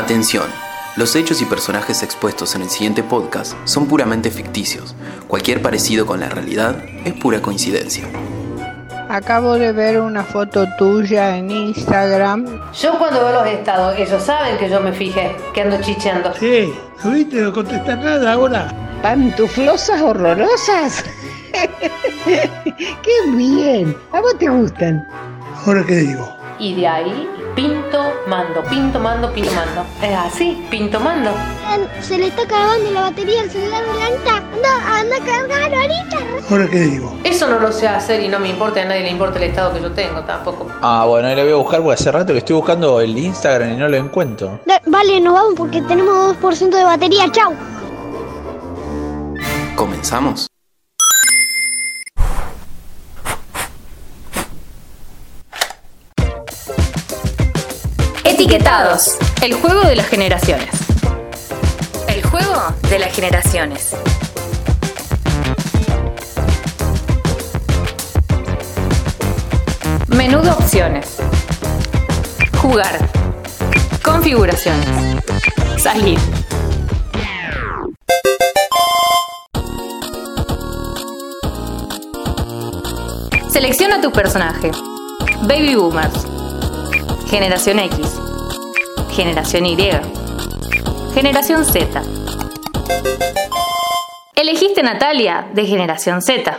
Atención, los hechos y personajes expuestos en el siguiente podcast son puramente ficticios. Cualquier parecido con la realidad es pura coincidencia. Acabo de ver una foto tuya en Instagram. Yo cuando veo los estados, ellos saben que yo me fijé, que ando chicheando. Sí, ¿viste? No contestas nada ahora. Pantuflosas horrorosas. ¡Qué bien! ¿A vos te gustan? ¿Ahora qué digo? Y de ahí, pinto, mando. Es así, pinto, mando. Se le está cargando la batería al celular de Blanca. Anda a cargar ahorita. ¿Ahora qué digo? Eso no lo sé hacer y no me importa, a nadie le importa el estado que yo tengo tampoco. Bueno, ahí lo voy a buscar porque hace rato que estoy buscando el Instagram y no lo encuentro. Vale, nos vamos porque tenemos 2% de batería. Chau. ¿Comenzamos? Etiquetados, el juego de las generaciones. El juego de las generaciones. Menú de opciones. Jugar. Configuraciones. Salir. Selecciona tu personaje. Baby Boomers. Generación X. Generación Y. Generación Z. Elegiste Natalia de Generación Z.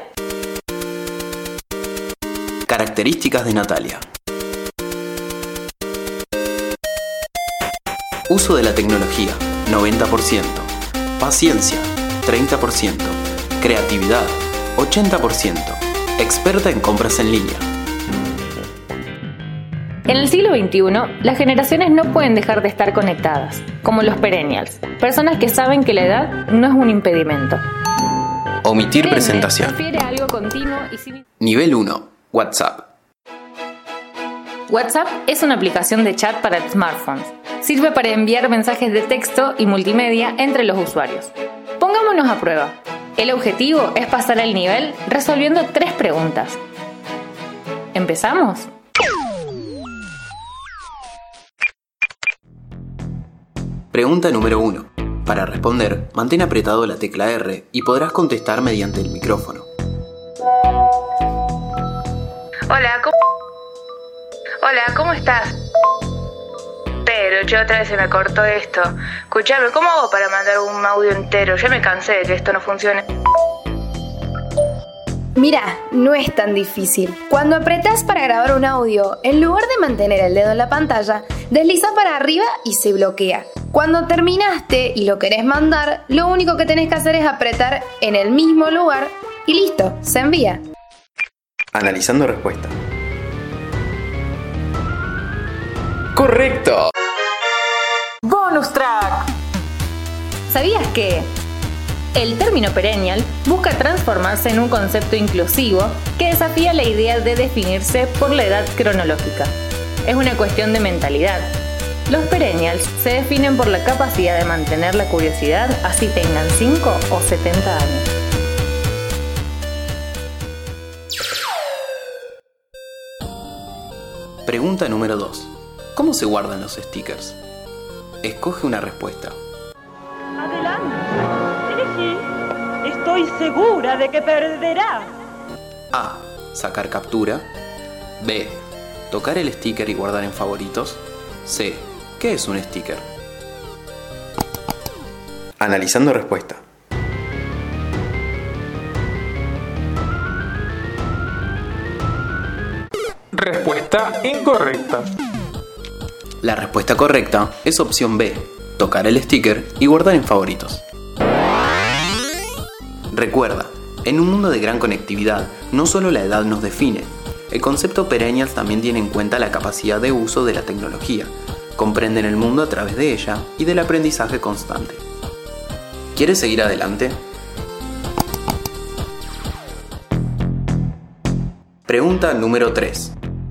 Características de Natalia. Uso de la tecnología, 90%. Paciencia, 30%. Creatividad, 80%. Experta en compras en línea. En el siglo XXI, las generaciones no pueden dejar de estar conectadas, como los perennials, personas que saben que la edad no es un impedimento. Omitir presentación. Prefiere algo continuo y sin... Nivel 1. WhatsApp. WhatsApp es una aplicación de chat para smartphones. Sirve para enviar mensajes de texto y multimedia entre los usuarios. Pongámonos a prueba. El objetivo es pasar al nivel resolviendo 3 preguntas. ¿Empezamos? Pregunta número 1. Para responder, mantén apretado la tecla R y podrás contestar mediante el micrófono. Hola, ¿cómo estás? Pero yo otra vez se me cortó esto. Escuchame, ¿cómo hago para mandar un audio entero? Ya me cansé de que esto no funcione. Mira, no es tan difícil. Cuando apretás para grabar un audio, en lugar de mantener el dedo en la pantalla, deslizás para arriba y se bloquea. Cuando terminaste y lo querés mandar, lo único que tenés que hacer es apretar en el mismo lugar y listo, se envía. Analizando respuesta. ¡Correcto! ¡Bonus track! ¿Sabías que el término perennial busca transformarse en un concepto inclusivo que desafía la idea de definirse por la edad cronológica? Es una cuestión de mentalidad. Los perennials se definen por la capacidad de mantener la curiosidad así tengan 5 o 70 años. Pregunta número 2. ¿Cómo se guardan los stickers? Escoge una respuesta. Adelante, elegí. Estoy segura de que perderás. A. Sacar captura. B. Tocar el sticker y guardar en favoritos. C. ¿Qué es un sticker? Analizando respuesta. Respuesta incorrecta. La respuesta correcta es opción B. Tocar el sticker y guardar en favoritos. Recuerda, en un mundo de gran conectividad, no solo la edad nos define. El concepto perennials también tiene en cuenta la capacidad de uso de la tecnología. Comprenden el mundo a través de ella y del aprendizaje constante. ¿Quieres seguir adelante? Pregunta número 3.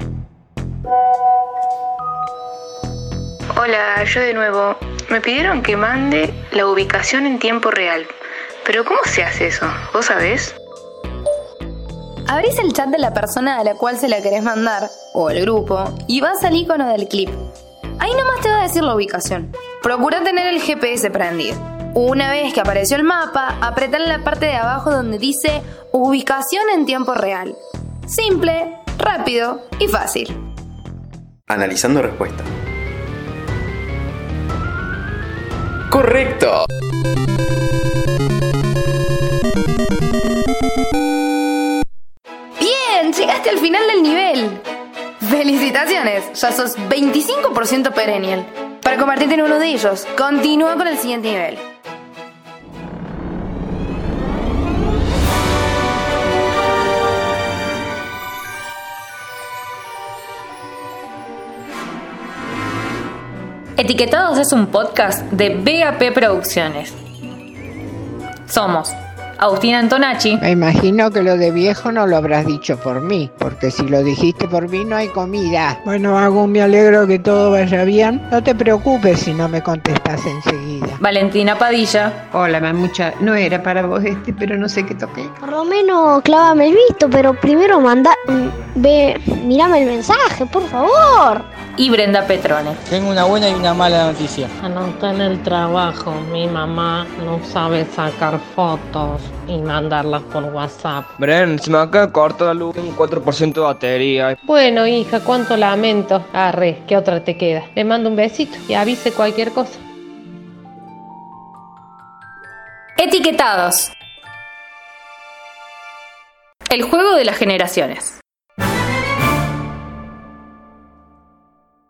Hola, yo de nuevo. Me pidieron que mande la ubicación en tiempo real. Pero ¿cómo se hace eso? ¿Vos sabés? Abrís el chat de la persona a la cual se la querés mandar, o el grupo, y vas al icono del clip. Ahí nomás te va a decir la ubicación. Procura tener el GPS prendido. Una vez que apareció el mapa, apretá en la parte de abajo donde dice ubicación en tiempo real. Simple, rápido y fácil. Analizando respuesta. ¡Correcto! ¡Bien! Llegaste al final del nivel. ¡Felicitaciones! Ya sos 25% perennial. Para convertirte en uno de ellos, continúa con el siguiente nivel. Etiquetados es un podcast de BAP Producciones. Somos Agustina Antonacci. Me imagino que lo de viejo no lo habrás dicho por mí, porque si lo dijiste por mí no hay comida. Bueno, Agus, me alegro que todo vaya bien. No te preocupes si no me contestas enseguida. Valentina Padilla. Hola, mamucha. No era para vos pero no sé qué toqué. Por lo menos clávame el visto, pero primero mírame el mensaje, por favor. Y Brenda Petrone. Tengo una buena y una mala noticia. Anoté en el trabajo, mi mamá no sabe sacar fotos y mandarlas por WhatsApp. Bren, se me acaba de cortar la luz, tengo un 4% de batería. Bueno, hija, cuánto lamento. Arre, ¿qué otra te queda? Le mando un besito y avise cualquier cosa. Etiquetados. El juego de las generaciones.